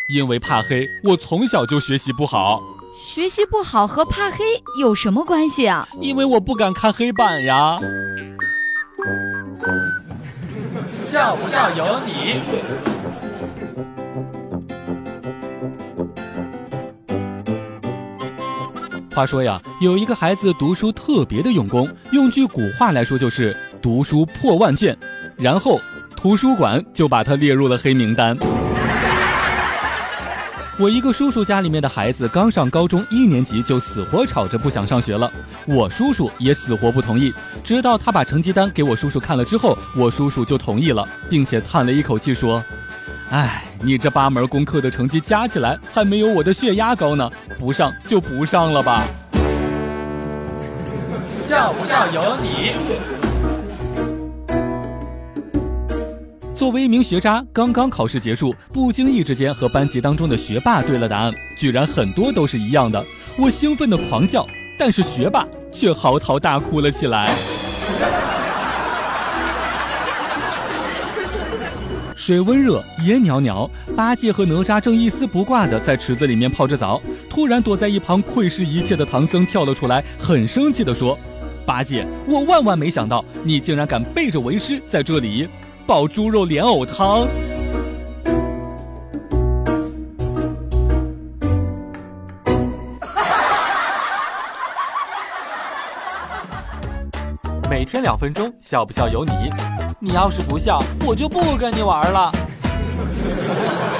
因为怕黑，我从小就学习不好。 学习不好和怕黑有什么关系啊？ 因为我不敢看黑板呀。 笑不笑由你。 话说呀，有一个孩子读书特别的用功，用句古话来说就是读书破万卷，然后图书馆就把他列入了黑名单。我一个叔叔家里面的孩子刚上高中1年级就死活吵着不想上学了，我叔叔也死活不同意，直到他把成绩单给我叔叔看了之后，我叔叔就同意了，并且叹了一口气说：哎，你这8门功课的成绩加起来还没有我的血压高呢，不上就不上了吧。 笑不笑由你。 作为一名学渣，刚刚考试结束，不经意之间和班级当中的学霸对了答案，居然很多都是一样的，我兴奋的狂笑，但是学霸却嚎啕大哭了起来。水温热，烟袅袅，八戒和哪吒正一丝不挂的在池子里面泡着澡，突然躲在一旁窥视一切的唐僧跳了出来，很生气地说：八戒，我万万没想到你竟然敢背着为师在这里煲猪肉莲藕汤。 每天2分钟，笑不笑由你。你要是不笑，我就不跟你玩了。